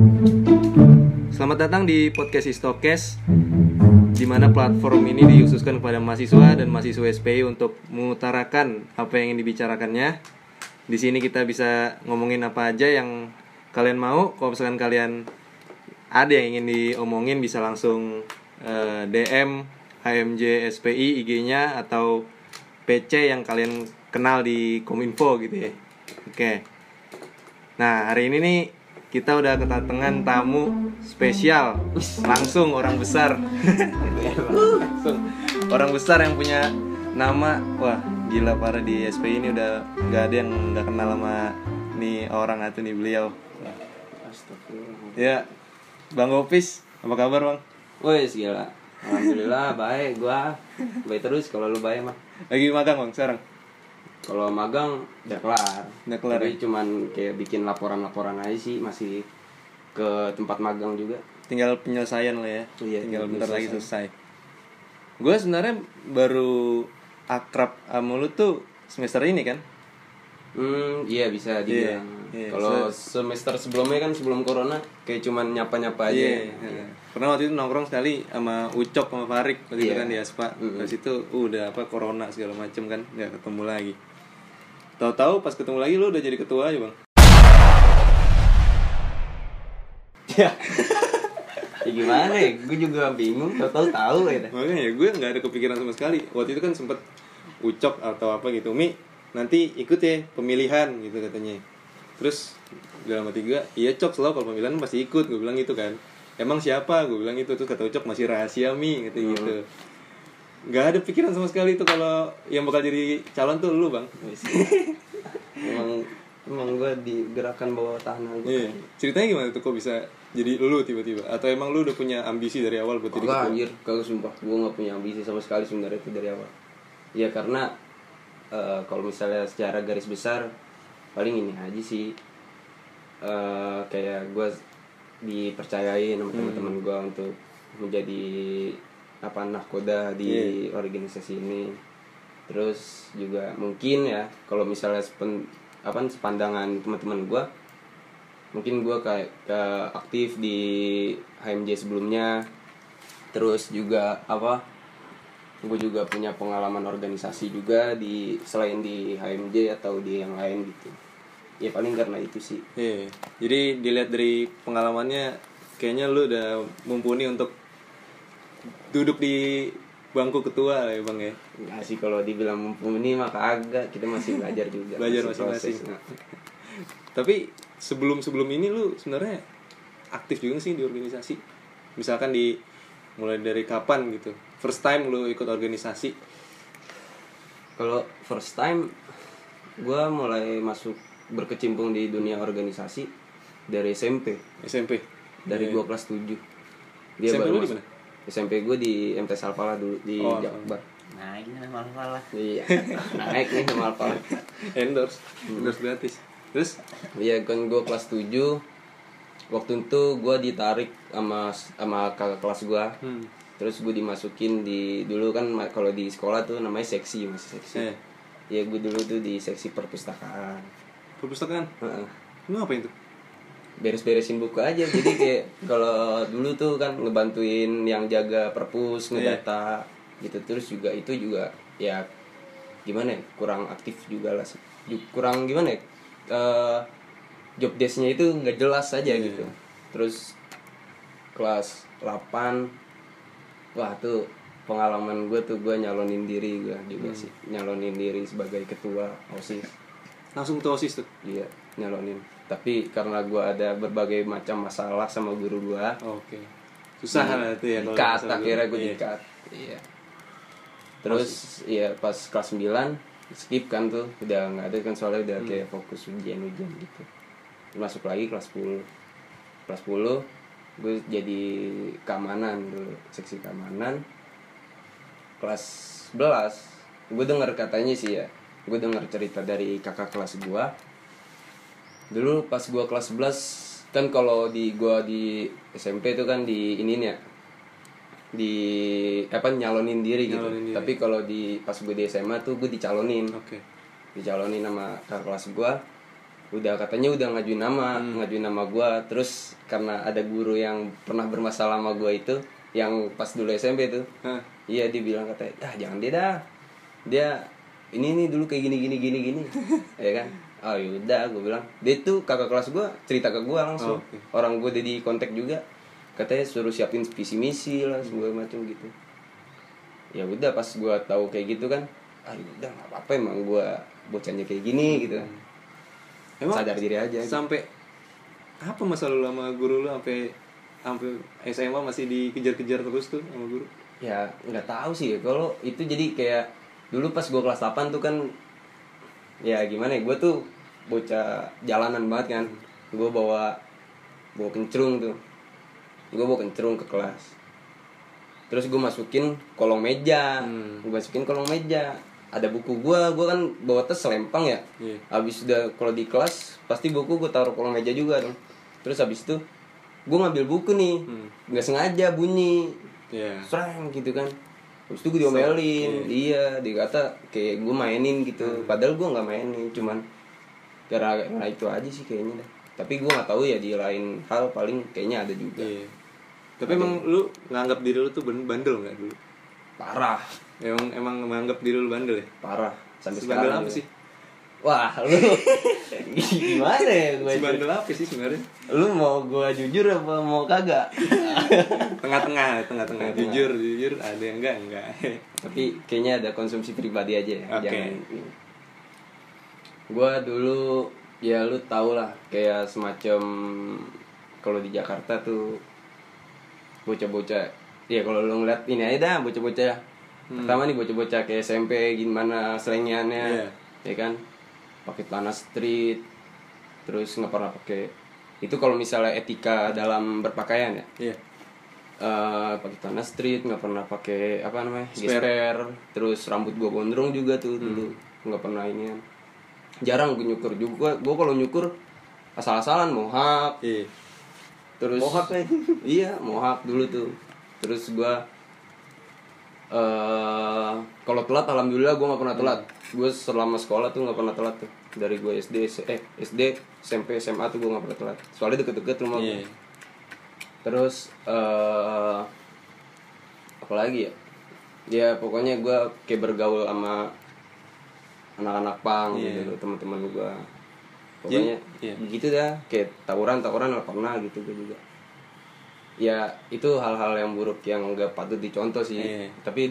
Selamat datang di podcast Istokes, di mana platform ini dikhususkan kepada mahasiswa dan mahasiswa SPI untuk mengutarakan apa yang ingin dibicarakannya. Di sini kita bisa ngomongin apa aja yang kalian mau. Kalau misalkan kalian ada yang ingin diomongin, bisa langsung DM HMJ SPI IG-nya atau PC yang kalian kenal di Kominfo gitu ya. Oke. Nah, hari ini nih kita udah kedatangan tamu spesial, langsung orang besar. Langsung orang besar yang punya nama, wah gila parah di SPI ini udah nggak ada yang nggak kenal sama nih orang atau nih beliau. Astagfirullah. Ya, Bang Opis, apa kabar Bang? Wes gila. Alhamdulillah baik gua. Baik terus kalau lu baik mah. Lagi magang Bang sekarang? Kalau magang udah kelar. Udah kelar, Tapi ya? cuman kayak bikin laporan-laporan aja sih, masih ke tempat magang juga. Tinggal penyelesaian lah ya. Iya, tinggal bentar lagi selesai. selesai. Gue sebenarnya baru akrab sama lu tuh semester ini kan? Iya bisa dibilang. Iya, Kalau semester sebelumnya kan sebelum corona kayak cuman nyapa-nyapa aja. Iya. Pernah waktu itu nongkrong sekali sama Ucok sama Farik waktu itu Iya. kan di Aspa. Terus itu udah apa corona segala macem kan, nggak ketemu lagi. Tahu-tahu pas ketemu lagi lu udah jadi ketua aja Bang. Ya. Ya gimana ya? Gue juga bingung. Tahu ya. Makanya gue nggak ada kepikiran sama sekali. Waktu itu kan sempet Ucok atau apa gitu, Mi nanti ikut ya pemilihan gitu katanya. Terus dalam hati gue, iya Cok selalu kalau pemilihan pasti ikut. Gue bilang gitu kan. Emang siapa? Gue bilang gitu. Terus kata Ucok masih rahasia Mi katanya gitu. Nggak ada pikiran sama sekali itu kalau yang bakal jadi calon tuh lu Bang. Emang gue digerakkan bawah tanah gue. Iya. Ceritanya gimana tuh kok bisa jadi lu tiba-tiba? Atau emang lu udah punya ambisi dari awal buat jadi Kagak ketua? anjir, kagak sumpah. Gue gak punya ambisi sama sekali sebenarnya itu dari awal. Ya karena kalau misalnya secara garis besar paling ini aja sih. Kayak gue dipercayain sama teman-teman gue untuk menjadi nahkoda di organisasi ini. Terus juga mungkin ya kalau misalnya sepandangan teman-teman gue, mungkin gue kayak aktif di HMJ sebelumnya. Terus juga gue juga punya pengalaman organisasi juga selain di HMJ atau di yang lain gitu. Ya paling karena itu sih. Iya. Jadi dilihat dari pengalamannya kayaknya lu udah mumpuni untuk duduk di bangku ketua lah ya Bang ya. Enggak sih, kalau dibilang mumpuni mah kagak, kita masih belajar juga. Belajar masih masing-masing. proses. Tapi sebelum ini lu sebenarnya aktif juga sih di organisasi. Misalkan mulai dari kapan gitu? First time lu ikut organisasi? Kalau first time gue mulai masuk berkecimpung di dunia organisasi dari SMP. Dari gue kelas 7. SMP lu di mana? SMP gue di MTs Alpala dulu di Jakbar. Nah ini nama Alpala. Iya. Naik nih sama Alpala. Endorse gratis. Terus Iya kan gue kelas 7. Waktu itu gue ditarik sama kakak kelas gue. Terus gue dimasukin dulu kan kalau di sekolah tuh namanya seksi, masih seksi. Iya gue dulu tuh di seksi perpustakaan. Perpustakaan? Heeh. Lu ngapain tuh? Beres-beresin buku aja. Jadi kayak kalau dulu tuh kan ngebantuin yang jaga perpus, ngedata gitu. Terus juga itu juga ya gimana ya, kurang aktif juga lah. Kurang gimana ya, job desk-nya itu nggak jelas aja gitu. Terus kelas 8, wah tuh pengalaman gue nyalonin diri gue juga sih. Nyalonin diri sebagai ketua OSIS. Langsung ketua OSIS tuh? Iya, nyalonin. Tapi karena gue ada berbagai macam masalah sama guru gue, Oke. Susah lah itu ya kalau dikat, masalah akhirnya guru. gue dikat. Iya. Terus ya pas kelas 9 skip kan tuh, udah nggak ada kan soalnya udah kayak fokus ujian gitu. Masuk lagi kelas 10. Kelas 10 gue jadi keamanan dulu, seksi keamanan. Kelas 11 gue dengar katanya sih ya, gue dengar cerita dari kakak kelas gue. Dulu pas gue kelas 11 kan, kalau gue di SMP itu kan di ini ya, nyalonin diri gitu. Nyalonin diri. Tapi kalau pas gue di SMA tuh gue dicalonin. Oke. Dicalonin sama kakak kelas gue. udah katanya udah ngajuin nama gua. Terus karena ada guru yang pernah bermasalah sama gua itu, yang pas dulu SMP tuh, iya dia bilang katanya, jangan dia dah, dia ini dulu kayak gini ya kan. Oh yaudah, gue bilang, dia tuh kakak kelas gue cerita ke gue langsung. Orang gue udah di kontak juga, katanya suruh siapin visi misi lah segala macam gitu. Ya udah, pas gue tahu kayak gitu kan, udah nggak apa-apa, emang gue bocahnya kayak gini gitu. Emang sadar diri aja. Sampai gitu. Apa masalah lu sama guru lu sampai SMA masih dikejar-kejar terus tuh sama guru? Ya nggak tahu sih ya. Kalau itu jadi kayak dulu pas gue kelas 8 tuh kan, ya gimana ya, gue tuh bocah jalanan banget kan. Gue bawa kencrung tuh, gue bawa kencrung ke kelas. Terus gue masukin kolong meja, ada buku gue kan bawa tas selempang ya. Habis udah kalau di kelas pasti buku gue taruh kolong meja juga dong. Terus habis itu gue ngambil buku nih, nggak sengaja bunyi, serang gitu kan. Terus itu gue diomelin, dia dikata kayak gue mainin gitu. Padahal gue nggak mainin, cuman karena itu aja sih kayaknya dah. Tapi gue nggak tahu ya, di lain hal paling kayaknya ada juga. Tapi emang lu nganggap diri lu tuh bandel nggak dulu? Parah. Emang menganggap diri lu bandel ya? Parah. Sampai sekarang. Bandel apa juga sih? Wah, lu gimana ya gue? Bandel apa sih sebenarnya? Lu mau gue jujur apa mau kagak? Tengah-tengah. Jujur ada yang enggak. Tapi kayaknya ada konsumsi pribadi aja ya. Jangan. Gue dulu ya lu tau lah, kayak semacam kalau di Jakarta tuh bocah-bocah. Ya kalau lu ngeliat ini aja dah, bocah-bocah. Pertama nih bocah-bocah kayak SMP gimana selengiannya, ya kan? Pakai celana street, terus nggak pernah pakai itu kalau misalnya etika dalam berpakaian ya. Pakai celana street, nggak pernah pakai apa namanya gesper, terus rambut gua gondrong juga tuh dulu, nggak pernah ini. Jarang gue nyukur juga, gua kalau nyukur asal-asalan mohak. Terus mohak nih. Iya, mohak dulu tuh. Terus gua kalau telat alhamdulillah gue nggak pernah telat. Gue selama sekolah tuh nggak pernah telat tuh. Dari gue SD, SMP, SMA tuh gue nggak pernah telat. Soalnya deket-deket rumah gue. Terus apa lagi ya? Ya pokoknya gue kayak bergaul sama anak-anak pang gitu, teman-teman gue. Pokoknya begitu dah. Kayak tawuran nggak pernah gitu gue juga. Ya itu hal-hal yang buruk yang nggak patut dicontoh sih. Tapi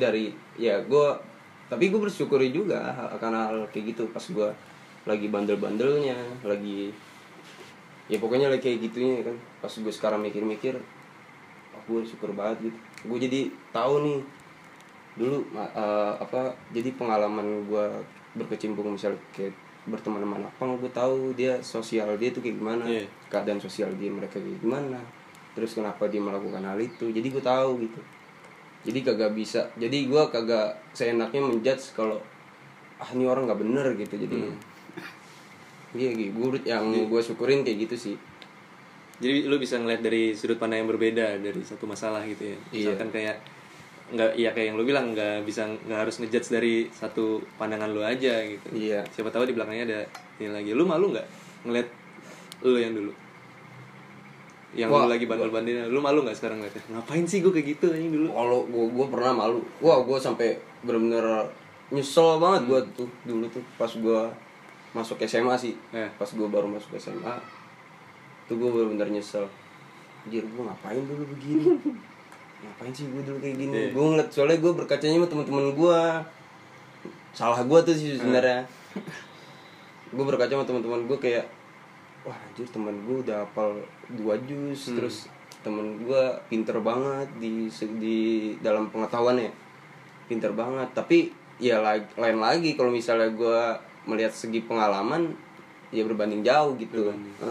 tapi gue bersyukuri juga karena hal kayak gitu. Pas gue lagi bandel-bandelnya, lagi ya pokoknya lagi kayak gitunya kan. Pas gue sekarang mikir-mikir, gue syukur banget gitu. Gue jadi tahu nih dulu jadi pengalaman gue berkecimpung misalnya kayak berteman sama anak pang, gue tahu dia sosial dia tuh kayak gimana, keadaan sosial dia mereka kayak gimana. Terus kenapa dia melakukan hal itu, jadi gue tahu gitu. Jadi gue kagak seenaknya menjudge kalau ini orang nggak bener gitu. Jadi gue yang gue syukurin kayak gitu sih. Jadi lu bisa ngeliat dari sudut pandang yang berbeda dari satu masalah gitu ya. Misalkan kayak kayak yang lu bilang nggak harus ngejudge dari satu pandangan lu aja gitu. Siapa tahu di belakangnya ada ini lagi. Lu malu nggak ngeliat lu yang dulu? Yang lu lagi bandel-bandelnya, lu malu nggak sekarang ngeliatnya? Ngapain sih gue kayak gitu anjing dulu? Kalau gue pernah malu. Gue sampai bener-bener nyesel banget gue tuh dulu tuh pas gue masuk SMA sih. Pas gue baru masuk SMA tuh gue bener-bener nyesel. Anjir, gue ngapain dulu begini? Ngapain sih gue dulu kayak gini? Gue ngeliat, soalnya gue berkacanya sama teman-teman gue. Salah gue tuh sih sebenarnya. Gue berkaca sama teman-teman gue kayak, wah anjir, teman gue udah hafal 2 juz, terus temen gue pinter banget di dalam pengetahuannya, pinter banget. Tapi ya lain lagi kalau misalnya gue melihat segi pengalaman, ya berbanding jauh gitu.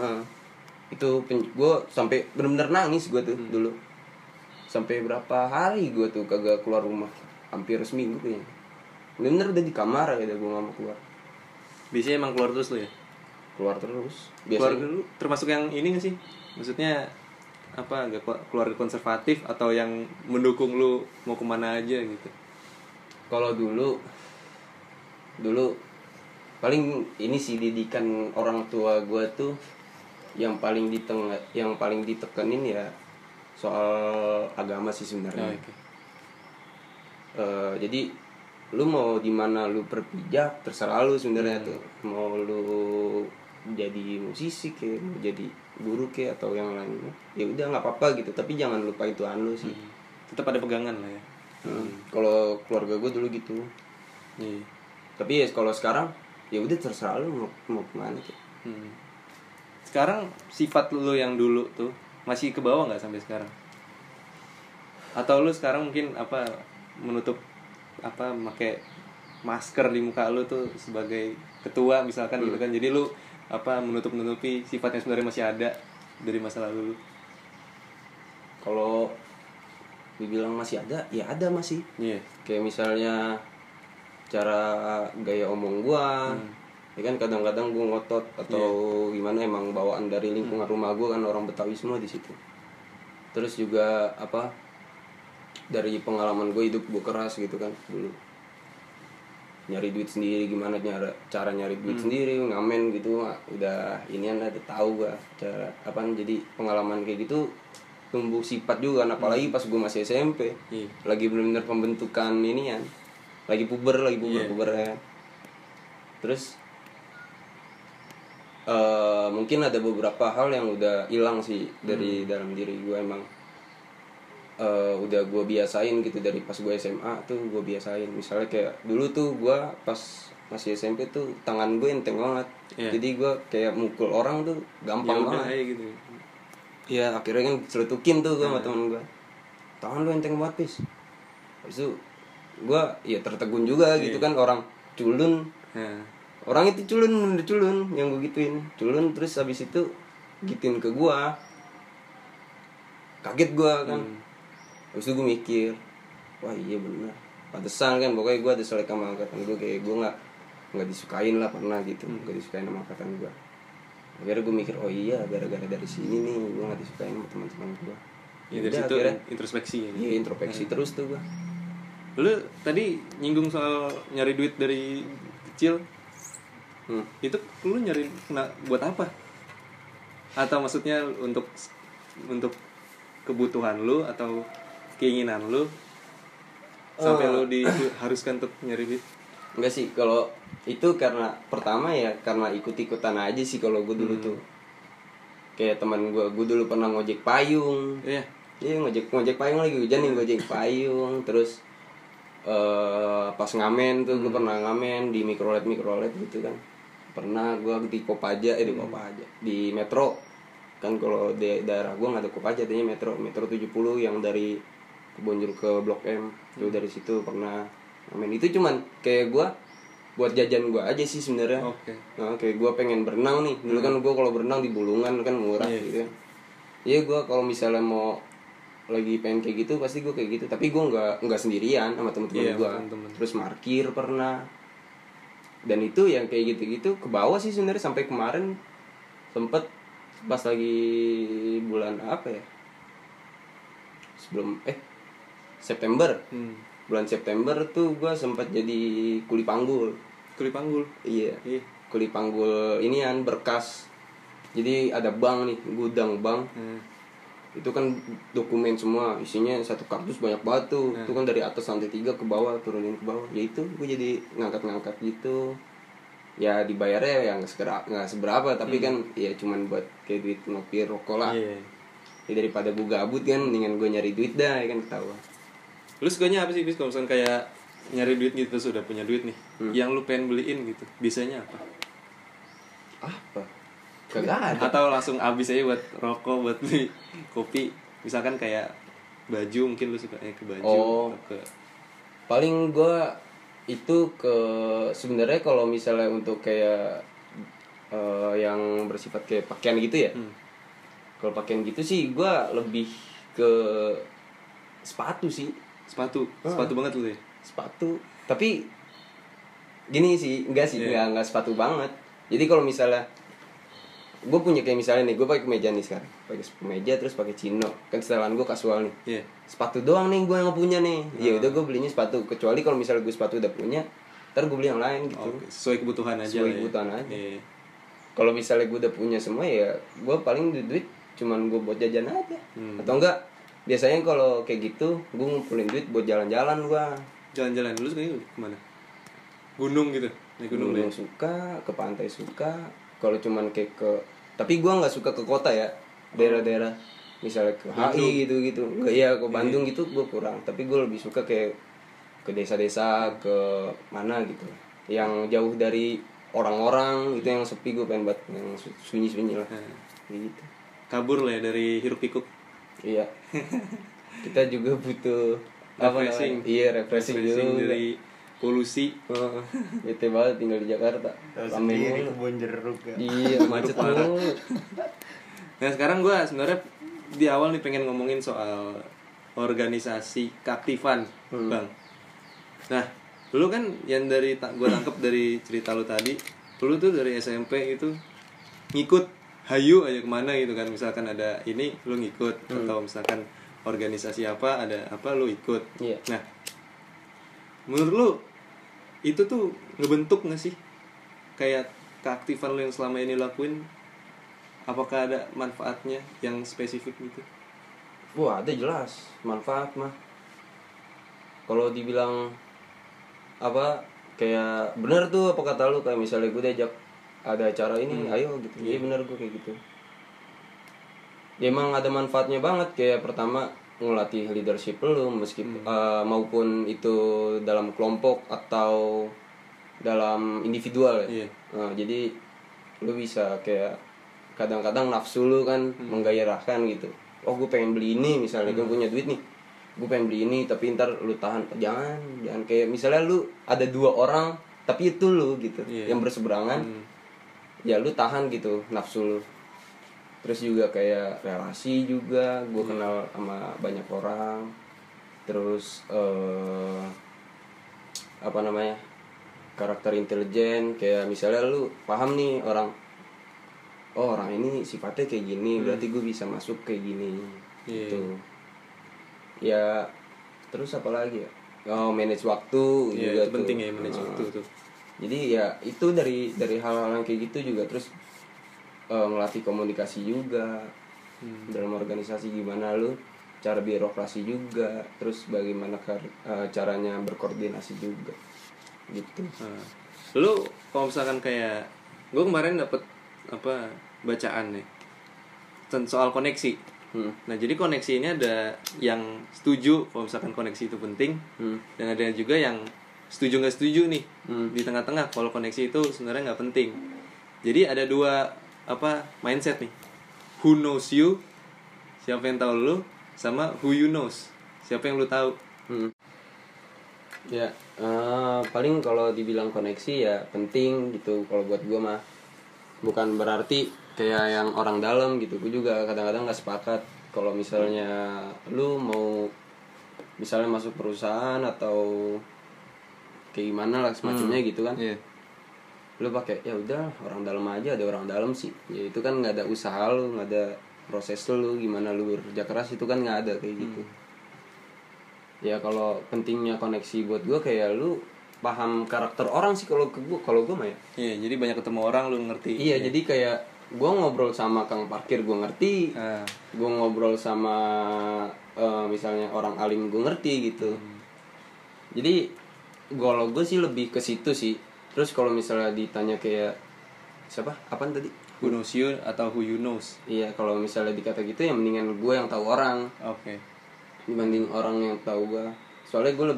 Itu gue sampai benar-benar nangis gue tuh dulu. Sampai berapa hari gue tuh kagak keluar rumah, hampir seminggu kayaknya. Bener-bener udah di kamar aja, gue gak mau keluar. Biasanya emang keluar terus lo ya? Keluar terus biasanya. Keluarga lu termasuk yang ini gak sih? Maksudnya apa, agak keluarga konservatif atau yang mendukung lu mau kemana aja gitu? Kalau dulu paling ini sih didikan orang tua gue tuh yang paling ditekenin ya soal agama sih sebenarnya. Jadi lu mau di mana lu berpijak terserah lu sebenarnya tuh, mau lu jadi musisi kayak mau jadi guru kayak atau yang lainnya ya udah nggak apa-apa gitu, tapi jangan lupa Tuhan lu sih. Tetap ada pegangan lah ya. Kalau keluarga gue dulu gitu. Tapi ya kalau sekarang ya udah terserah lu mau kemana tuh. Sekarang sifat lu yang dulu tuh masih ke bawah nggak sampai sekarang? Atau lu sekarang mungkin apa menutup apa pakai masker di muka lu tuh sebagai ketua misalkan gitu kan, jadi lu apa menutupi sifat yang sebenarnya masih ada dari masa lalu lu? Kalau dibilang masih ada ya ada masih. Kayak misalnya cara gaya omong gua, ya kan kadang-kadang gua ngotot atau gimana, emang bawaan dari lingkungan rumah gua kan orang Betawi semua di situ. Terus juga apa dari pengalaman gue hidup gue keras gitu kan dulu, nyari duit sendiri, gimana cara nyari duit sendiri, ngamen gitu, udah inian udah tahu gue cara apa. Jadi pengalaman kayak gitu tumbuh sifat juga kan, apalagi pas gue masih SMP, lagi benar-benar pembentukan inian, lagi puber ya. Terus mungkin ada beberapa hal yang udah hilang sih dari dalam diri gue, emang udah gue biasain gitu dari pas gue SMA tuh gue biasain. Misalnya kayak dulu tuh gue pas masih SMP tuh tangan gue enteng banget, jadi gue kayak mukul orang tuh gampang banget gitu. Ya akhirnya kan celutukin tuh gue sama temen gue, tangan lu enteng banget Pis. Habis itu gue ya tertegun juga gitu kan, orang culun, orang itu culun yang gue gituin culun. Terus habis itu gituin ke gue, kaget gue kan. Habis itu gue mikir, wah iya benar, pantesan kan pokoknya gue ada selek sama angkatan gue, kayak gue nggak disukain lah pernah gitu, nggak disukain sama angkatan gue. Akhirnya gue mikir, oh iya gara-gara dari sini nih gue nggak disukain sama teman-teman gue. Ya dari situ akhirnya introspeksi ya. Iya introspeksi terus tuh gue. Lu tadi nyinggung soal nyari duit dari kecil, itu lu nyari buat apa? Atau maksudnya untuk kebutuhan lu atau keinginan lu sampai lu diharuskan untuk nyari duit? Enggak sih, kalau itu karena pertama ya karena ikut-ikutan aja sih. Kalau gue dulu tuh kayak teman gue dulu pernah ngojek payung. Iya ngojek payung, lagi hujan nih ngojek payung. Terus pas ngamen tuh gue pernah ngamen di mikrolet gitu kan. Pernah gue di Kopaja di Metro kan. Kalau di daerah gue nggak ada Kopaja, adanya Metro 70 yang dari Kebonjeruk ke Blok M tuh. Dari situ pernah ngamen. Itu cuman kayak gue buat jajan gue aja sih sebenarnya. Nah, kayak gue pengen berenang nih dulu kan, gue kalau berenang di Bulungan kan murah gitu kan. Iya gue kalau misalnya mau lagi pengen kayak gitu pasti gue kayak gitu, tapi gue nggak sendirian sama temen-temen gue. Terus markir pernah, dan itu yang kayak gitu ke bawah sih sebenarnya sampai kemarin sempet pas lagi bulan apa ya, sebelum September, bulan September tuh gue sempat jadi kuli panggul. Iya. Kuli panggul inian berkas. Jadi ada bank nih, gudang bank. Itu kan dokumen semua, isinya satu kardus banyak banget tuh. Itu kan dari atas lantai 3 ke bawah, turunin ke bawah. Ya itu gue jadi ngangkat gitu. Ya dibayarnya ya nggak seberapa, tapi kan ya cuman buat kayak duit ngopi rokok lah. Ya daripada gue gabut kan, mendingan gue nyari duit dah ya kan, ketawa. Lu sukanya apa sih bis kalau misalnya kayak nyari duit gitu, sudah punya duit nih, yang lu pengen beliin gitu, biasanya apa? Kagak ada. Atau langsung habis aja buat rokok, buat beli kopi, misalkan kayak baju, mungkin lu suka ke baju. Paling gue itu ke sebenarnya kalau misalnya untuk kayak yang bersifat kayak pakaian gitu ya. Kalau pakaian gitu sih gue lebih ke sepatu sih. Sepatu banget lu ya. Sepatu, tapi gini sih, enggak sepatu banget. Jadi kalau misalnya gue punya kayak misalnya nih, gue pakai kemeja nih sekarang, pakai kemeja terus pakai chino, kan setelan gue kasual nih. Sepatu doang nih gue yang punya nih. Ya udah gue belinya sepatu. Kecuali kalau misalnya gue sepatu udah punya, ntar gue beli yang lain gitu. Oke, sesuai kebutuhan aja. Sesuai lah ya. kebutuhan aja. Iya. Kalau misalnya gue udah punya semua ya gue paling duit cuman gue buat jajan aja. Atau enggak biasanya kalau kayak gitu gue ngumpulin duit buat jalan-jalan gue. Jalan-jalan dulu sekali kemana? Gunung gitu. Naik gunung deh. Suka, ke pantai suka. Kalau cuman kayak ke, tapi gue nggak suka ke kota ya, daerah-daerah misalnya ke HI gitu-gitu. Enggak ya ke Bandung gitu gue kurang. Tapi gue lebih suka kayak ke desa-desa, ke mana gitu. Yang jauh dari orang-orang itu yang sepi, gue pengen buat yang sunyi-sunyi lah. Gitu. Kabur lah ya dari hiruk pikuk. Iya. Kita juga butuh Refreshing. Iya, refreshing dulu dari polusi. Bete banget tinggal di Jakarta. Rame Sendiri mulu. kebun jeruk ya. Iya, macet mulu. Nah sekarang gue sebenarnya di awal nih pengen ngomongin soal organisasi keaktifan, Bang. Nah, lu kan yang dari gue tangkep dari cerita lu tadi, lu tuh dari SMP itu ngikut hayu aja kemana gitu kan, misalkan ada ini lu ngikut atau misalkan organisasi apa ada apa lu ikut. Iya. Nah, menurut lu itu tuh ngebentuk nggak sih kayak keaktifan lu yang selama ini lakuin? Apakah ada manfaatnya yang spesifik gitu? Wah, ada jelas manfaat mah. Kalau dibilang apa kayak bener tuh apa kata lu, kayak misalnya gue diajak ada acara ini ayo gitu. Iya bener gue kayak gitu. Ya emang ada manfaatnya banget, kayak pertama ngelatih leadership lu meskipun maupun itu dalam kelompok atau dalam individual ya. Iya. Jadi lu bisa kayak kadang-kadang nafsu lu kan menggairahkan gitu. Oh gue pengen beli ini misalnya, gue punya duit nih, gue pengen beli ini tapi ntar lu tahan, jangan kayak misalnya lu ada 2 orang tapi itu lu gitu yang berseberangan, ya lu tahan gitu nafsu lu. Terus juga kayak relasi juga, gue kenal sama banyak orang. Terus apa namanya, karakter intelijen, kayak misalnya lu paham nih orang, oh orang ini sifatnya kayak gini, berarti gue bisa masuk kayak gini gitu. Ya terus apa lagi ya, oh manage waktu juga itu tuh penting ya, manage waktu tuh. Jadi ya itu dari hal-hal yang kayak gitu juga. Terus ngelatih komunikasi juga dalam organisasi, gimana lu cara birokrasi juga, terus bagaimana caranya berkoordinasi juga gitu. Lu kalau misalkan kayak gue kemarin dapet apa bacaan nih soal koneksi. Nah jadi koneksi ini ada yang setuju kalau misalkan koneksi itu penting, dan ada juga yang setuju nggak setuju nih di tengah-tengah kalau koneksi itu sebenarnya nggak penting. Jadi ada 2 apa mindset nih, who knows you, siapa yang tahu lu, sama who you knows, siapa yang lu tahu. Ya paling kalau dibilang koneksi ya penting gitu kalau buat gue mah. Bukan berarti kayak yang orang dalam gitu. Gue juga kadang-kadang nggak sepakat kalau misalnya lu mau misalnya masuk perusahaan atau kayak gimana lah semacamnya gitu kan. Lu pakai ya udah orang dalam aja, ada orang dalam sih ya, itu kan nggak ada usaha lu, nggak ada proses lu gimana lu bekerja keras, itu kan nggak ada kayak gitu. Ya kalau pentingnya koneksi buat gue kayak lu paham karakter orang sih kalau gue mah ya. Iya, jadi banyak ketemu orang lu ngerti. Iya, jadi kayak gue ngobrol sama kang parkir gue ngerti, gue ngobrol sama misalnya orang alim gue ngerti gitu. Jadi kalau gue sih lebih ke situ sih. Terus kalau misalnya ditanya kayak siapa? Apaan tadi? Who knows you atau who you knows? Iya, kalau misalnya dikata gitu ya mendingan gue yang tahu orang. Oke. Dibanding orang yang tahu gue. Soalnya gue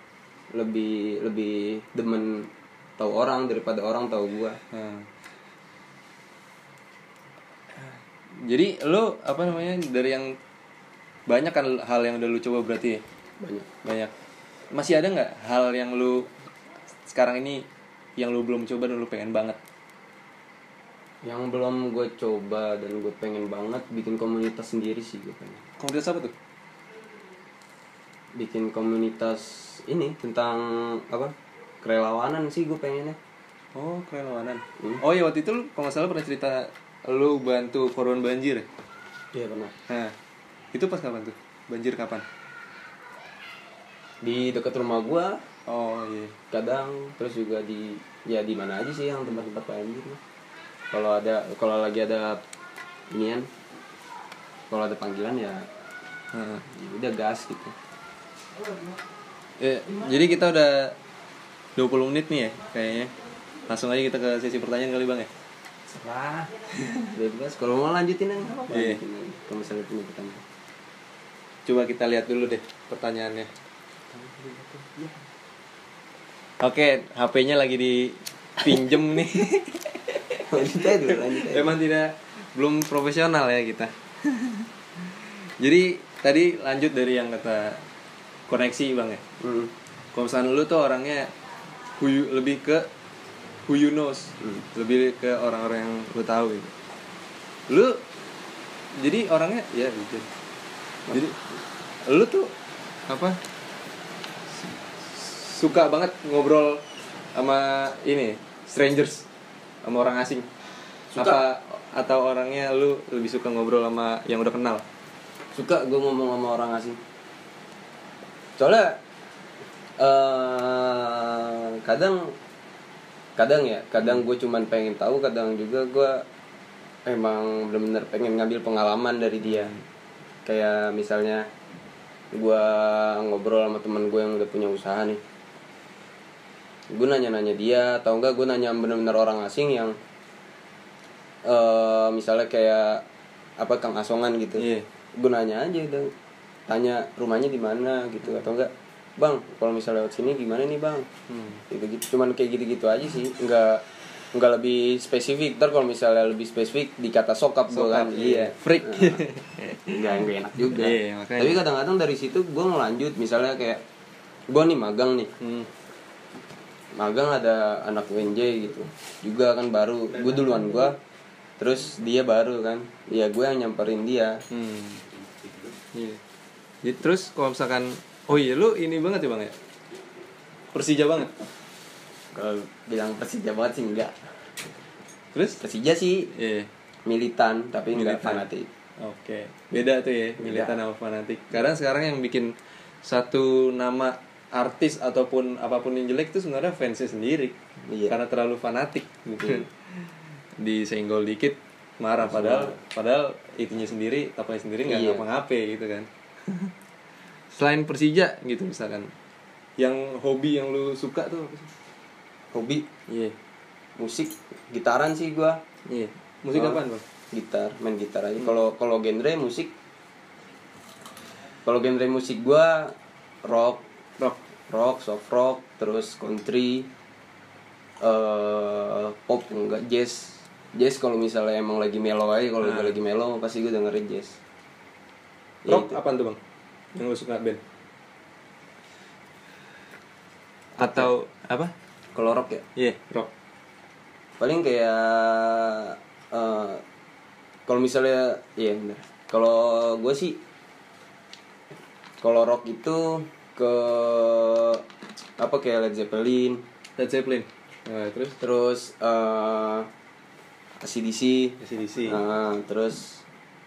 lebih demen tahu orang daripada orang tahu gue. Jadi lo apa namanya, dari yang banyak kan hal yang udah lu coba berarti ya? Banyak. Masih ada nggak hal yang lu sekarang ini yang lu belum coba dan lu pengen banget? Yang belum gue coba dan gue pengen banget bikin komunitas sendiri sih gue pengen. Komunitas apa tuh? Bikin komunitas ini tentang apa? Kerelawanan sih gue pengennya. Oh, kerelawanan. Oh iya, waktu itu lu kalau nggak salah pernah cerita lu bantu korban banjir ya? Iya pernah. Nah, itu pas kapan tuh? Banjir kapan? Di dekat rumah gue Oh iya. kadang, terus juga di mana aja sih yang tempat-tempat banjir mah. Kalau lagi ada inian, kalau ada panggilan ya Heeh. udah gas gitu. Jadi kita udah 20 menit nih ya kayaknya. Langsung aja kita ke sesi pertanyaan kali Bang ya. Serah. Bebas, kalau mau lanjutin aja nggak apa-apa. Iya. Lanjutin aja. Kalau misalnya punya pertanyaan. Coba kita lihat dulu deh pertanyaannya. Oke, HP-nya lagi dipinjem nih. Lanjut aja dulu, lanjut aja. Emang belum profesional ya kita. Jadi tadi lanjut dari yang kata koneksi Bang ya. Kalau misalnya lu tuh orangnya lebih ke who you knows, lebih ke orang-orang yang lu tahu gitu. Lu jadi orangnya ya gitu. Jadi lu tuh apa? Suka banget ngobrol sama ini strangers, sama orang asing. Suka. Apa atau orangnya lu lebih suka ngobrol sama yang udah kenal? Suka gue ngomong sama orang asing. Soalnya kadang gue cuman pengen tahu, kadang juga gue emang bener-bener pengen ngambil pengalaman dari dia. Kayak misalnya gue ngobrol sama teman gue yang udah punya usaha nih, gue nanya-nanya dia, atau enggak gue nanya bener-bener orang asing yang misalnya kayak apa Kang Asongan gitu. Iya. Gue nanya aja dong, tanya rumahnya di mana gitu, atau enggak Bang kalau misalnya lewat sini gimana nih Bang, gitu cuman kayak gitu aja sih, enggak lebih spesifik. Ntar kalau misalnya lebih spesifik dikata sokap gue kan. Iya Freak. enggak enak juga. Iya, makanya. Tapi kadang-kadang dari situ gue ngelanjut, misalnya kayak gue nih magang nih, magang ada anak UNJ gitu juga kan, baru gue duluan gue, terus dia baru kan, ya gue yang nyamperin dia. Iya. Jadi terus kalau misalkan oh iya lu ini banget ya Bang ya, Persija banget. Kalau bilang Persija banget sih enggak. Terus Persija sih iya. militan tapi enggak Militan. fanatik. Oke, beda tuh ya militan sama fanatik. Karena sekarang yang bikin satu nama artis ataupun apapun yang jelek itu sebenarnya fansnya sendiri. Iya. Karena terlalu fanatik gitu. Disenggol dikit marah, padahal itunya sendiri, tapanya sendiri nggak Iya. ngapa-ngapain gitu kan. Selain Persija gitu misalkan, yang hobi yang lu suka tuh apa sih? Hobi Iya. musik, gitaran sih gua. Iya. Musik Oh. apaan Bang? Gitar, main gitar aja. Kalau genre musik, kalau genre musik gua rock, soft rock, terus country, pop enggak, jazz. Jazz kalau misalnya emang lagi mellow aja, kalau lagi mellow pasti gue dengerin jazz. Ya Rock itu. apaan tuh Bang? Yang lu suka band? Atau apa? Kalau rock ya, Iya, rock. paling kayak kalau misalnya iya bener. Kalau gue sih kalau rock itu ke apa kayak Led Zeppelin, Led Zeppelin. Nah, terus AC/DC, AC/DC. terus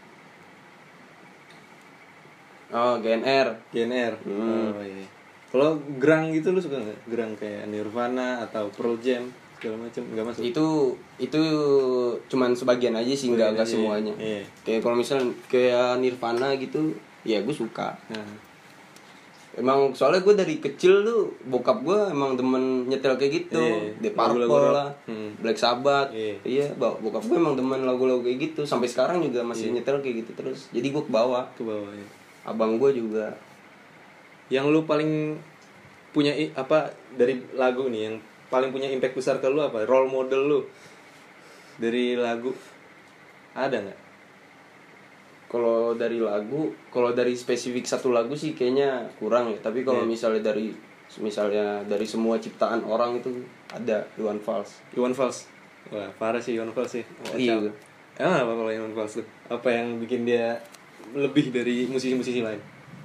GNR. GNR. Oh iya. Kalau grang gitu lu suka nggak? Grang kayak Nirvana atau Pearl Jam segala macam nggak masuk? Itu cuman sebagian aja sih, Sebagian nggak aja, semuanya. iya. Kayak kalau misalnya kayak Nirvana gitu, ya gue suka. Nah, Emang soalnya gue dari kecil tuh bokap gue emang demen nyetel kayak gitu. Iya, Deep Purple lagu-lagu rock. lah, Black Sabbath. Iya. Iya, bokap gue emang demen lagu-lagu kayak gitu. Sampai sekarang juga masih nyetel kayak gitu terus. Jadi gue ke bawah. ke bawah ya. Abang gue juga. Yang lu paling punya apa dari lagu nih yang paling punya impact besar ke lu apa? Role model lu dari lagu ada nggak? Kalau dari lagu, kalau dari spesifik satu lagu sih kayaknya kurang ya. Tapi kalau misalnya dari semua ciptaan orang itu ada Iwan Fals. Iwan Fals. Wah, parah sih Iwan Fals sih. Iya. Emang apa kalau Iwan Fals tuh? Apa yang bikin dia lebih dari musisi-musisi lain?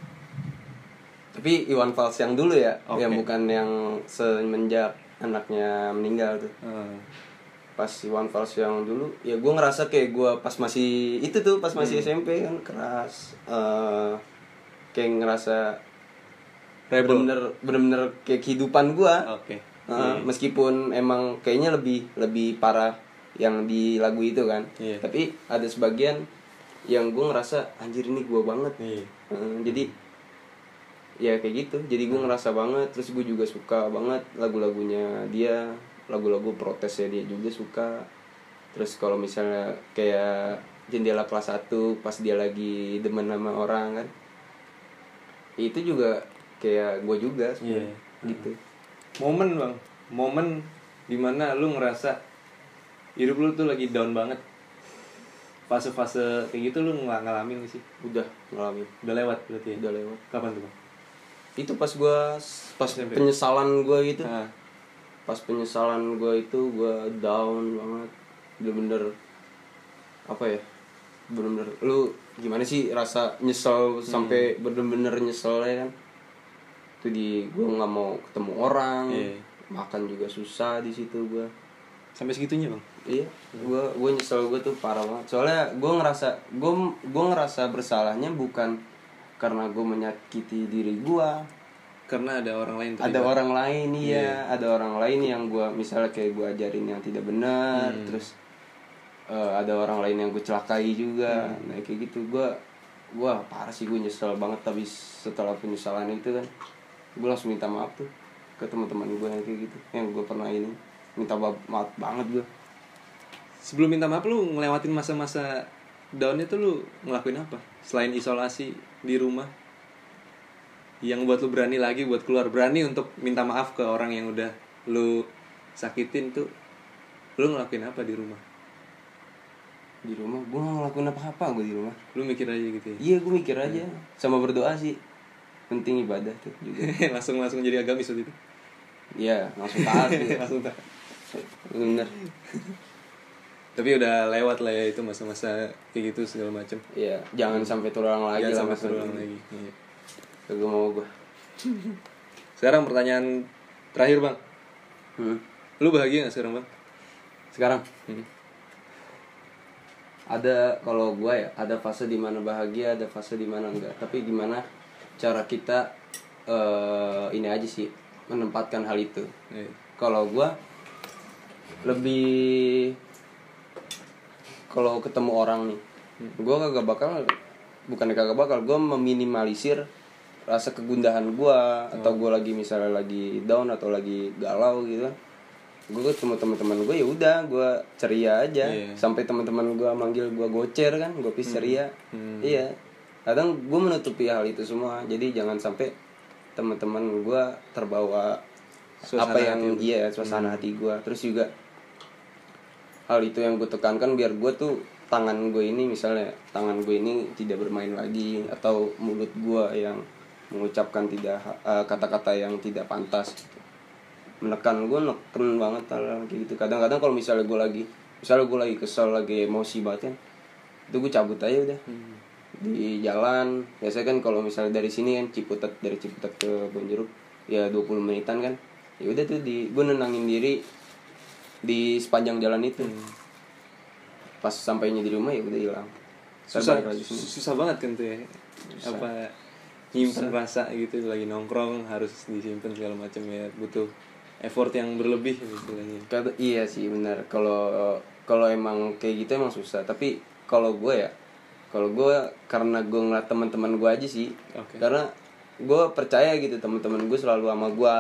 Tapi Iwan Fals yang dulu ya, Oke. yang bukan yang semenjak anaknya meninggal tuh. Pas Iwan Fals yang dulu, ya gue ngerasa kayak gue pas masih itu tuh, pas masih SMP kan keras, kayak ngerasa Rebel. bener-bener kayak kehidupan gue. Oke. Meskipun emang kayaknya lebih parah yang di lagu itu kan, Iya. tapi ada sebagian yang gue ngerasa anjir ini gue banget. Iya. Jadi ya kayak gitu, jadi gue ngerasa banget. Terus gue juga suka banget lagu-lagunya dia, lagu-lagu protesnya dia juga suka. Terus kalau misalnya kayak Jendela Kelas 1 pas dia lagi demen sama orang kan, itu juga kayak gue juga sebenernya. Gitu. Momen dimana lu ngerasa hidup lu tuh lagi down banget, fase-fase kayak gitu lu ngalamin gak sih? Udah ngalamin. Udah lewat berarti ya? Udah lewat. Kapan tuh Bang? Itu pas SMP. penyesalan gue gitu. Ah. Pas penyesalan gue itu gue down banget, bener-bener apa ya, bener-bener lu gimana sih rasa nyesel sampai bener-bener nyesel ya kan. Itu gue nggak mau ketemu orang, makan juga susah di situ gue. Sampai segitunya Bang? Iya, gue nyesel, gue tuh parah banget. Soalnya gue ngerasa bersalahnya bukan karena gue menyakiti diri gue, karena ada orang lain terlibat. ada orang lain. Ada orang lain yang gue misalnya kayak gue ajarin yang tidak benar. Terus ada orang lain yang gue celakai juga. Nah kayak gitu gue parah sih, gue nyesel banget. Tapi setelah penyesalan itu kan, gue langsung minta maaf tuh ke teman-teman gue yang kayak gitu, yang gue pernah ini minta maaf banget gue. Sebelum minta maaf lu ngelewatin masa-masa downnya tuh lu ngelakuin apa selain isolasi di rumah yang buat lu berani lagi buat keluar, berani untuk minta maaf ke orang yang udah lu sakitin tuh? Lu ngelakuin apa di rumah? Di rumah gue gak ngelakuin apa-apa gue di rumah. Lu mikir aja gitu ya? Iya, gue mikir aja sama berdoa sih, penting ibadah tuh juga. langsung jadi agamis waktu itu? Iya, langsung taat gitu. Langsung taat. Bener. Tapi udah lewat lah ya itu masa-masa kayak gitu segala macam. Iya, jangan sampai terulang lagi. Jangan sampai lah terulang lagi. Iya. Kagak mau gue. Sekarang pertanyaan terakhir Bang. Lu bahagia gak sekarang Bang? Sekarang ada, kalau gue ya ada fase dimana bahagia, ada fase dimana enggak. Tapi gimana cara kita ini aja sih, menempatkan hal itu. Iya. Kalau gue lebih, kalau ketemu orang nih, gue kagak bakal gue meminimalisir rasa kegundahan gue, atau gue lagi misalnya lagi down atau lagi galau gitu. Gue ketemu teman-teman gue, ya udah gue ceria aja. Sampai teman-teman gue manggil gue gocer kan, gue ceria. Iya, kadang gue menutupi hal itu semua. Jadi jangan sampai teman-teman gue terbawa suasana apa yang suasana hati gue. Terus juga hal itu yang gue tekankan, biar gue tuh tangan gue ini, misalnya tangan gue ini tidak bermain lagi, atau mulut gue yang mengucapkan kata-kata yang tidak pantas gitu. Neken banget hal kayak gitu. Kadang-kadang kalau misalnya gue lagi kesel, lagi emosi banget kan, itu gue cabut aja udah di jalan. Biasanya kan kalau misalnya dari sini kan dari Ciputat ke Bonjeruk ya 20 menitan kan, ya udah tuh gue nenangin diri di sepanjang jalan itu. Pas sampainya di rumah ya udah hilang. Susah banget kan tuh ya. Susah. Apa nyimpen rasa gitu, lagi nongkrong harus disimpan segala macam ya, butuh effort yang berlebih istilahnya. Iya sih benar. Kalau emang kayak gitu emang susah. Tapi kalau gue karena gue ngeliat teman-teman gue aja sih. Karena gue percaya gitu teman-teman gue selalu sama gue.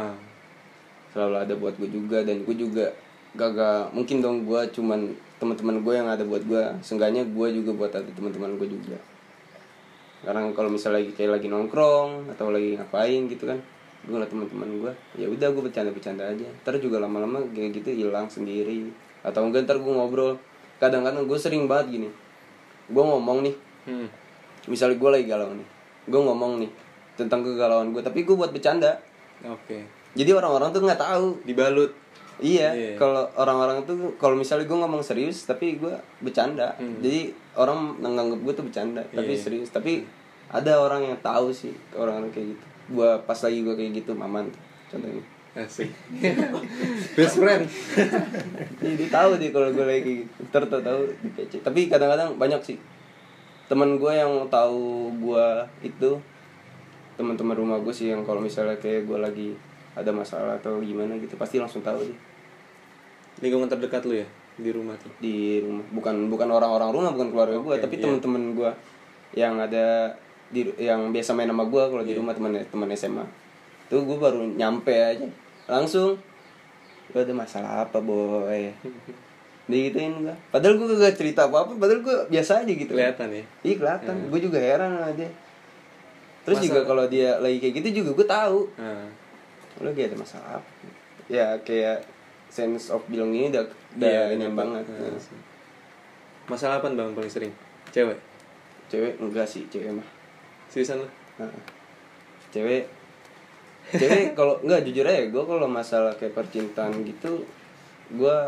Selalu ada buat gue juga, dan gue juga gak mungkin dong gue cuman teman-teman gue yang ada buat gue. Seenggaknya gue juga buat ada teman-teman gue juga. Karena kalau misalnya lagi nongkrong atau lagi ngapain gitu kan, gue ngeliat teman-teman gue, ya udah gue bercanda aja. Ntar juga lama-lama kayak gitu hilang sendiri. Atau enggak ntar gue ngobrol. Kadang-kadang gue sering banget gini, gue ngomong nih, misalnya gue lagi galau nih, gue ngomong nih tentang kegalauan gue, tapi gue buat bercanda. Jadi orang-orang tuh nggak tahu, dibalut. Iya. Kalau orang-orang tuh, kalau misalnya gue ngomong serius tapi gue bercanda, jadi orang nganggep gue tuh bercanda tapi serius. Tapi ada orang yang tahu sih, orang-orang kayak gitu. Gue pas lagi gue kayak gitu, Maman contohnya. Asik. Best friend. Jadi tahu deh kalau gue lagi kayak gitu. Tahu di PC. Tapi kadang-kadang banyak sih teman gue yang tahu gue itu teman-teman rumah gue sih yang kalau misalnya kayak gue lagi ada masalah atau gimana gitu pasti langsung tahu deh. Lingkungan terdekat lu ya di rumah tuh. Di rumah, bukan orang-orang rumah, bukan keluarga gue, Oke, tapi iya. teman-teman gue yang ada yang biasa main sama gue kalau di Iya. rumah, teman SMA. Tuh gue baru nyampe aja langsung, lu ada masalah apa boy? Digituin gue. Padahal gue gak cerita apa-apa, padahal gue biasa aja gitu. Kelihatan ya. Iya kelihatan. Gue juga heran sama dia. Terus juga kalau dia lagi kayak gitu juga gue tahu. Nah, Lu lagi ada masalah apa? Ya kayak sense of belonging ini udah ini banget. Masalah apa bang paling sering? Cewek? Cewek enggak sih, cewek mah. Seriusan lu? Heeh. Cewek kalau enggak jujur aja gue kalau masalah kayak percintaan gitu gue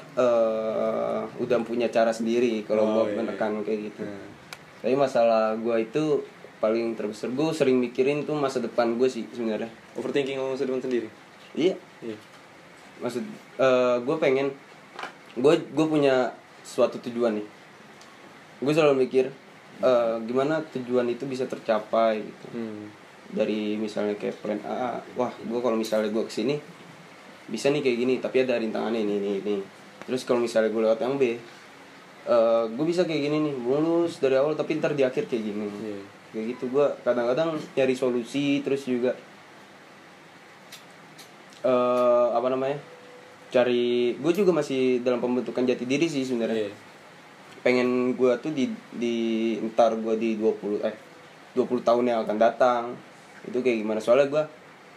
udah punya cara sendiri kalau gue menekan kayak gitu. Tapi masalah gue itu paling terbesar, gue sering mikirin tuh masa depan gue sih sebenarnya. Overthinking sama masa depan sendiri? Iya. Maksud gue pengen gue punya suatu tujuan nih. Gue selalu mikir gimana tujuan itu bisa tercapai gitu. Dari misalnya kayak plan A, wah gue kalau misalnya gue kesini bisa nih kayak gini, tapi ada rintangannya ini. Terus kalau misalnya gue lewat yang B, gue bisa kayak gini nih, mulus dari awal tapi ntar di akhir kayak gini. Kayak gitu. Gue kadang-kadang nyari solusi, terus juga cari, gue juga masih dalam pembentukan jati diri sih sebenarnya. Pengen gue tuh di ntar gue di 20 tahun yang akan datang itu kayak gimana, soalnya gue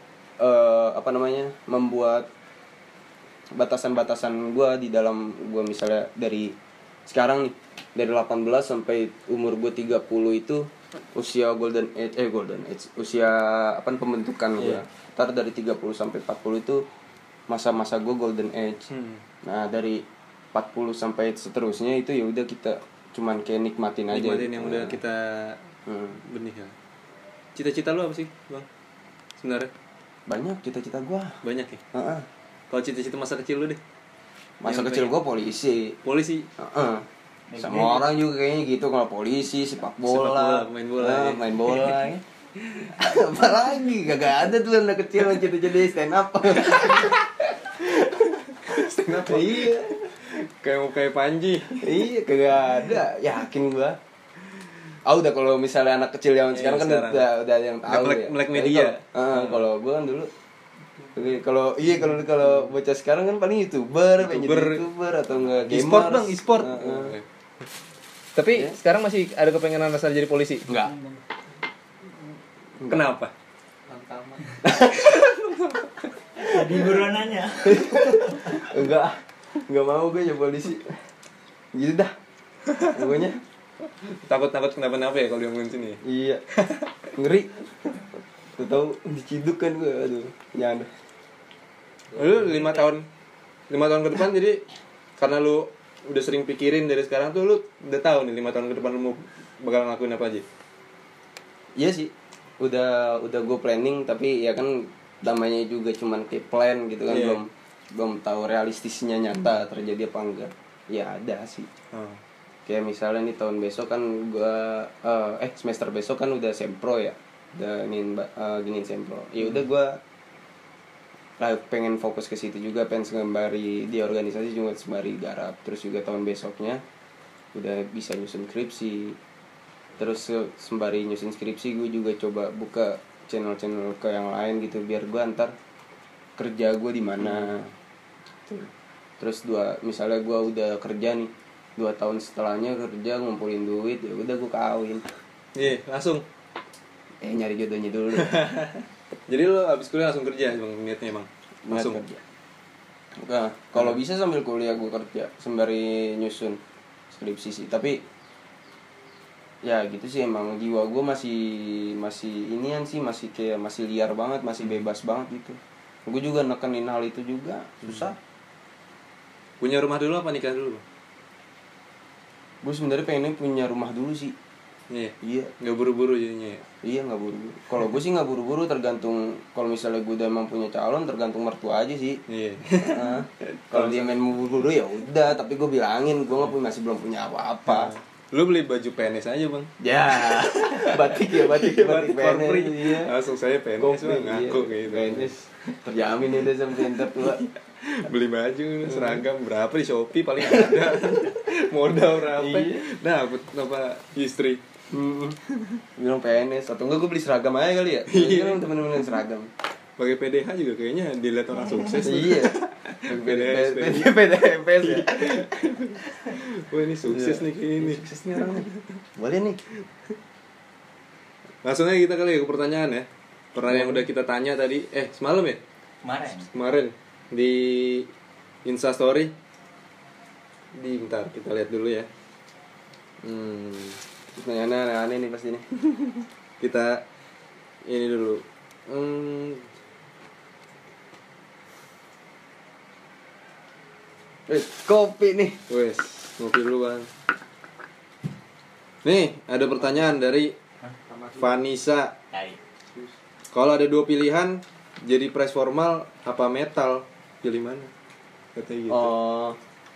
membuat batasan-batasan gue di dalam gue misalnya dari sekarang nih, dari 18 sampai umur gue 30 itu usia golden age, usia pembentukan gue. Ntar dari 30 sampai 40 itu masa-masa gue golden age. Nah dari 40 sampai seterusnya itu ya udah kita cuman kayak nikmatin aja. Nikmatin yang udah kita benih ya. Cita-cita lu apa sih bang? Sebenarnya banyak cita-cita gue. banyak ya. Kalau cita-cita masa kecil lu deh? Masa kecil gue polisi. Sama orang juga kayaknya gitu, kalau polisi, sepak bola, main bola ya. Apalagi gak ada tuh anak kecil yang cita-cita stand up. Stand up iya. Kayak Panji. Iya kagak ada, yakin gua. Udah kalau misalnya anak kecil yang sekarang kan udah yang tahu ya. Melek media. Kalau gua kan dulu kalau bocah sekarang kan paling youtuber atau enggak gamer. E-sport. Tapi sekarang masih ada kepengenan rasa jadi polisi? Enggak. Kenapa? Di buronannya. Enggak mau gue jadi polisi. Gitu dah. Pokoknya Takut kenapa-napa ya kalau diomongin sini ya? iya. Ngeri. Tuh tahu diciduk kan gue, aduh. Jangan. Lu 5 tahun ke depan, jadi karena lu udah sering pikirin dari sekarang tuh, lu udah tahu nih 5 tahun ke depan lu mau bakal ngelakuin apa aja? Iya sih. Udah gue planning, tapi ya kan namanya juga cuman kayak plan gitu kan, belum tahu realistisnya nyata terjadi apa enggak. Ya ada sih. Kayak misalnya nih tahun besok kan gue semester besok kan udah sempro ya, udah giniin sempro. Ya udah gue pengen fokus ke situ juga, pengen sembari di organisasi juga sembari garap. Terus juga tahun besoknya udah bisa nyusun skripsi. Terus sembari nyusun skripsi gue juga coba buka channel-channel ke yang lain gitu, biar gue antar kerja gue di mana. Terus misalnya gue udah kerja nih 2 tahun setelahnya kerja ngumpulin duit, ya udah gue kawin. Iya, langsung. Nyari jodohnya dulu. Jadi lo abis kuliah langsung kerja bang, niatnya bang? Langsung kerja. Nah, kalau bisa sambil kuliah gue kerja sembari nyusun skripsi sih. Tapi ya gitu sih, emang jiwa gue masih inian sih, masih liar banget, masih bebas banget gitu. Gue juga nekenin hal itu juga susah. Punya rumah dulu apa nikah dulu? Gue sebenarnya pengen punya rumah dulu sih. Iya. Nggak buru-buru jadinya ya? Iya, nggak buru-buru. Kalau gue sih nggak buru-buru, tergantung. Kalau misalnya gue udah emang punya calon, tergantung mertua aja sih. Iya. Kalau dia main buru-buru ya udah, tapi gue bilangin gue masih belum punya apa-apa. Lu beli baju PNS aja bang. Ya, batik for PNS, free. iya. Langsung saya PNS Kopi, bang, ngaku iya. gitu. PNS terjamin itu sampai ntar tua. Beli baju seragam berapa di Shopee paling ada. Modal berapa? Iya. Dapet apa istri. Bilang PNS atau enggak gue beli seragam aja kali ya. Iya kan temen-temen seragam. Pakai PDH juga kayaknya dilihat orang sukses. Iya. PDS. PDS ya. Wah ini sukses nih kayak ini. Sukses nih orang nih. Boleh nih. Langsung aja kita kali ya ke pertanyaan ya. Pertanyaan yang udah kita tanya tadi. Semalam ya? Kemarin di Insta Story. Bentar kita lihat dulu ya. Pertanyaannya aneh nih pasti nih. Kita ini dulu. Kopi nih. Wes, ngopi dulu bang. Nih, ada pertanyaan dari Vanessa. Kalau ada 2 pilihan, jadi press formal apa metal? Pilih mana? Katanya gitu. Oh.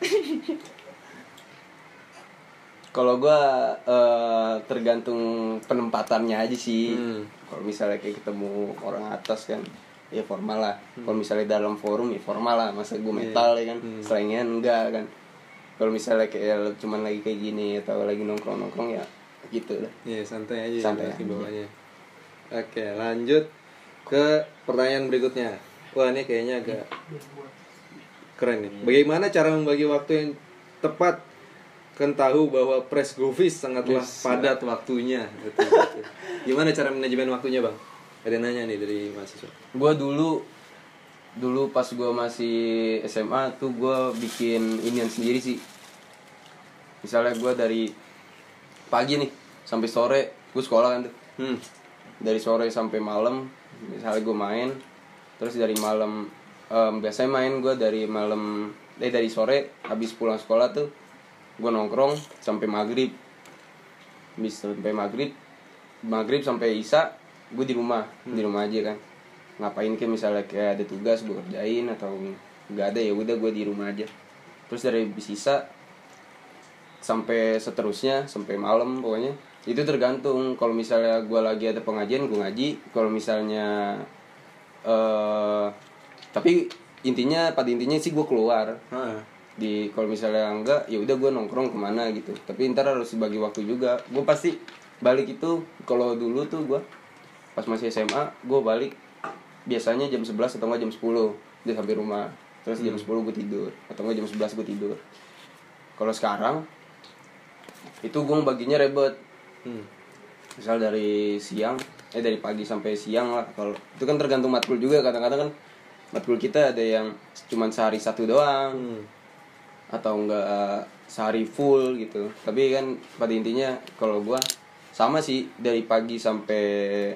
Kalau gue tergantung penempatannya aja sih. Kalau misalnya kayak ketemu orang atas kan, ya formal lah. Kalau misalnya dalam forum ya formal lah. Masa gue metal ya kan, selingan enggak kan. Kalau misalnya kayak cuman lagi kayak gini atau lagi nongkrong ya gitu lah. Iya, santai aja. Santai ya, aja. bawahnya. Oke, lanjut ke pertanyaan berikutnya. Wah, ini kayaknya agak keren nih. Bagaimana cara membagi waktu yang tepat? Kan tahu bahwa press Govis sangatlah padat waktunya. Betul. Gimana cara manajemen waktunya bang? Ada nanya nih dari mahasiswa. Gue dulu pas gue masih SMA tuh gue bikin inian sendiri sih. Misalnya gue dari pagi nih sampai sore gue sekolah kan tuh. Dari sore sampai malam misalnya gue main, terus dari malam biasanya main gue dari sore habis pulang sekolah tuh gue nongkrong sampai maghrib. Habis sampai maghrib sampai isya gue di rumah aja kan. Ngapain kayak misalnya kayak ada tugas gue kerjain atau nggak ada ya udah gue di rumah aja. Terus dari isya sampai seterusnya sampai malam pokoknya itu tergantung. Kalau misalnya gue lagi ada pengajian gue ngaji. Kalau misalnya tapi pada intinya sih gue keluar. Kalau misalnya enggak ya udah gue nongkrong kemana gitu. Tapi ntar harus bagi waktu juga. Gue pasti balik itu kalau dulu tuh gue pas masih SMA gue balik biasanya jam 11 atau enggak jam 10 udah sampai rumah. Terus jam 10 gue tidur atau enggak jam 11 gue tidur. Kalau sekarang itu gue baginya ribet. Misal dari pagi sampai siang lah. Kalau itu kan tergantung matkul juga. Kadang-kadang kan matkul kita ada yang cuman sehari satu doang. Atau enggak sehari full gitu. Tapi kan pada intinya kalau gue sama sih dari pagi sampai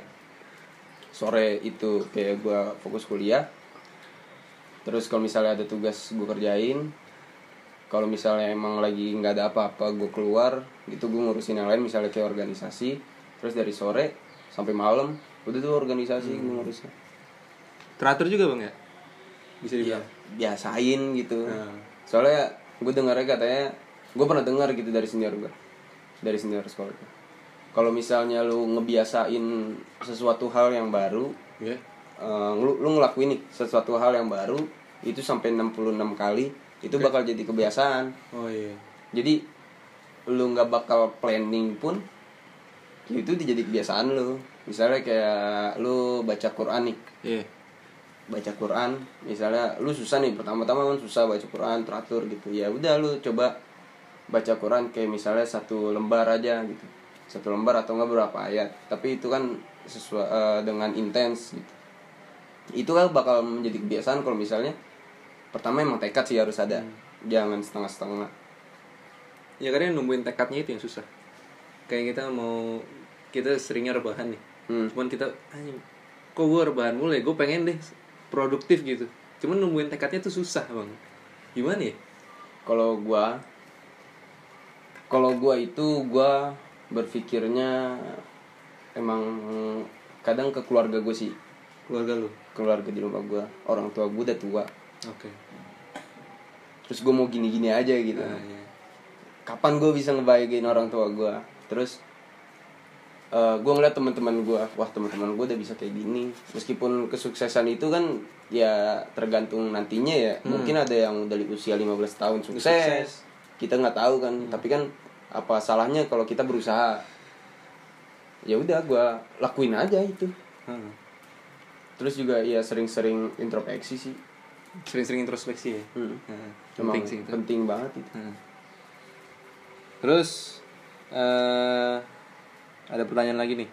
sore itu kayak gue fokus kuliah. Terus kalau misalnya ada tugas gue kerjain. Kalau misalnya emang lagi nggak ada apa-apa gue keluar gitu gue ngurusin yang lain misalnya kayak organisasi. Terus dari sore sampai malam udah tuh organisasi gue ngurusnya. Teratur juga bang ya? Bisa dibilang biasain gitu. Soalnya gue dengarnya katanya gue pernah dengar gitu dari senior sekolah gue. Kalau misalnya lu ngebiasain sesuatu hal yang baru, lu ngelakuin nih sesuatu hal yang baru itu sampai 66 kali itu bakal jadi kebiasaan. Oh iya. Jadi lu nggak bakal planning pun itu jadi kebiasaan lu. Misalnya kayak lu baca Quran nih. Baca Quran, misalnya lu susah nih pertama-tama kan susah baca Quran teratur gitu. Ya udah lu coba baca Quran kayak misalnya 1 lembar aja gitu. 1 lembar atau enggak berapa ayat. Tapi itu kan sesuai dengan intens gitu. Itu kan bakal menjadi kebiasaan kalau misalnya pertama emang tekad sih harus ada. Jangan setengah-setengah. Ya karena nungguin tekadnya itu yang susah. Kayak kita seringnya rebahan nih. Cuman kita kok gue rebahan mulai, gue pengen deh produktif gitu. Cuman nungguin tekadnya tuh susah bang. Gimana ya? Kalau gua itu gua berpikirnya emang kadang ke keluarga gue sih. Keluarga di rumah gue, orang tua gue udah tua. Oke. Terus gue mau gini-gini aja gitu. kapan gue bisa ngebahagiain orang tua gue. Terus gue ngeliat teman-teman gue, wah teman-teman gue udah bisa kayak gini. Meskipun kesuksesan itu kan ya tergantung nantinya ya. Mungkin ada yang dari usia 15 tahun sukses. Kita nggak tahu kan. Tapi kan apa salahnya kalau kita berusaha. Ya udah gue lakuin aja itu. Terus juga ya sering-sering introspeksi sih. Sering-sering introspeksi ya. Penting sih itu. Penting banget itu. Terus ada pertanyaan lagi nih.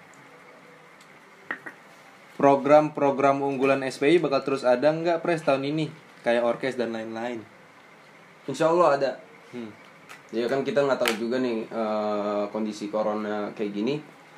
Program-program unggulan SPI bakal terus ada nggak Pres tahun ini? Kayak orkes dan lain-lain. Insya Allah ada. Ya kan kita nggak tahu juga nih kondisi corona kayak gini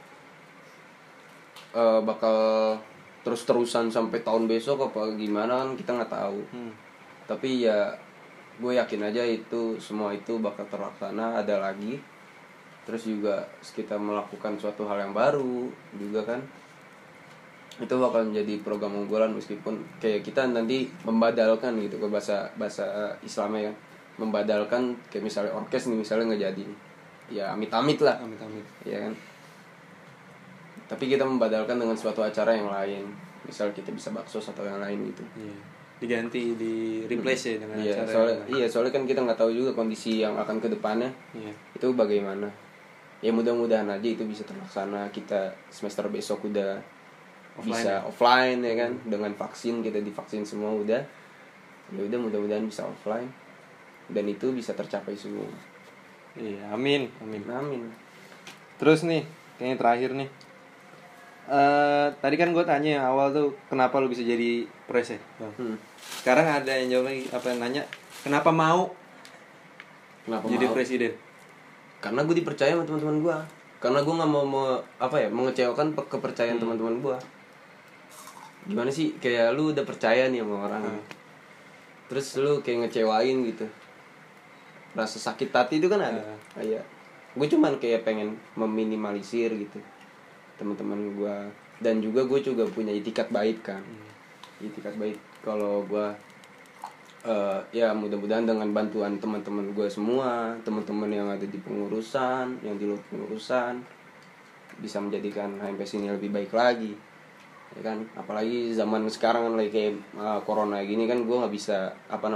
bakal terus-terusan sampai tahun besok apa gimana kan kita nggak tahu. Tapi ya gue yakin aja itu semua itu bakal terlaksana, ada lagi. Terus juga kita melakukan suatu hal yang baru juga kan, itu bakal menjadi program unggulan. Meskipun kayak kita nanti membadalkan gitu ke bahasa Islamnya kan, membadalkan kayak misalnya orkes nih misalnya nggak jadi, ya amit-amit lah, ya kan. Tapi kita membadalkan dengan suatu acara yang lain, misal kita bisa baksos atau yang lain gitu. Diganti, di replace ya dengan acara soalnya kan kita nggak tahu juga kondisi yang akan ke depannya itu bagaimana. Ya mudah-mudahan aja itu bisa terlaksana. Kita semester besok udah bisa offline ya kan, dengan vaksin, kita divaksin semua udah. Ya udah mudah-mudahan bisa offline dan itu bisa tercapai semua. Iya, amin. Terus nih, kayaknya terakhir nih. Tadi kan gue tanya awal tuh kenapa lu bisa jadi pres ya, Bang? Sekarang ada yang jawab lagi, apa yang nanya, kenapa mau jadi presiden? Karena gue dipercaya sama teman-teman gue. Karena gue nggak mau mengecewakan kepercayaan teman-teman gue. Gimana sih, kayak lu udah percaya nih sama orang, terus lu kayak ngecewain gitu, rasa sakit hati itu kan ada. Kayak gue cuman kayak pengen meminimalisir gitu teman-teman gue. Dan juga gue juga punya itikat baik kan. Itikat baik kalau gue ya mudah-mudahan dengan bantuan teman-teman gue semua, teman-teman yang ada di pengurusan, yang di luar pengurusan, bisa menjadikan HMPS ini lebih baik lagi, ya kan. Apalagi zaman sekarang kan lagi kayak corona gini kan, gue nggak bisa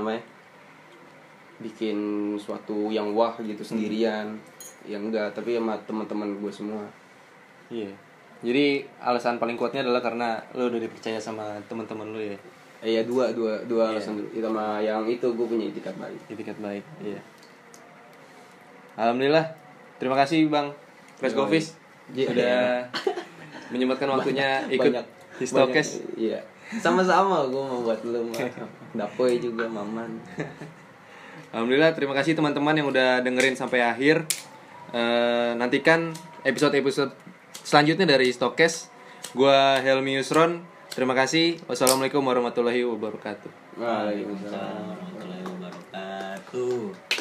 bikin suatu yang wah gitu sendirian, ya enggak, tapi sama teman-teman gue semua. Iya. Jadi alasan paling kuatnya adalah karena lo udah dipercaya sama teman-teman lo ya. Iya, dua alasan dulu. Itu sama yang itu gue punya itikat baik. Iya. Alhamdulillah. Terima kasih Bang Fresh Coffee udah menyempatkan waktunya ikut Histokes. Iya. Sama-sama gue mau buat lu mah. Dapoy juga Maman. Alhamdulillah, terima kasih teman-teman yang udah dengerin sampai akhir. Nantikan episode-episode selanjutnya dari Histokes. Gua Helmi Yusron. Terima kasih. Wassalamualaikum warahmatullahi wabarakatuh. Waalaikumsalam warahmatullahi wabarakatuh.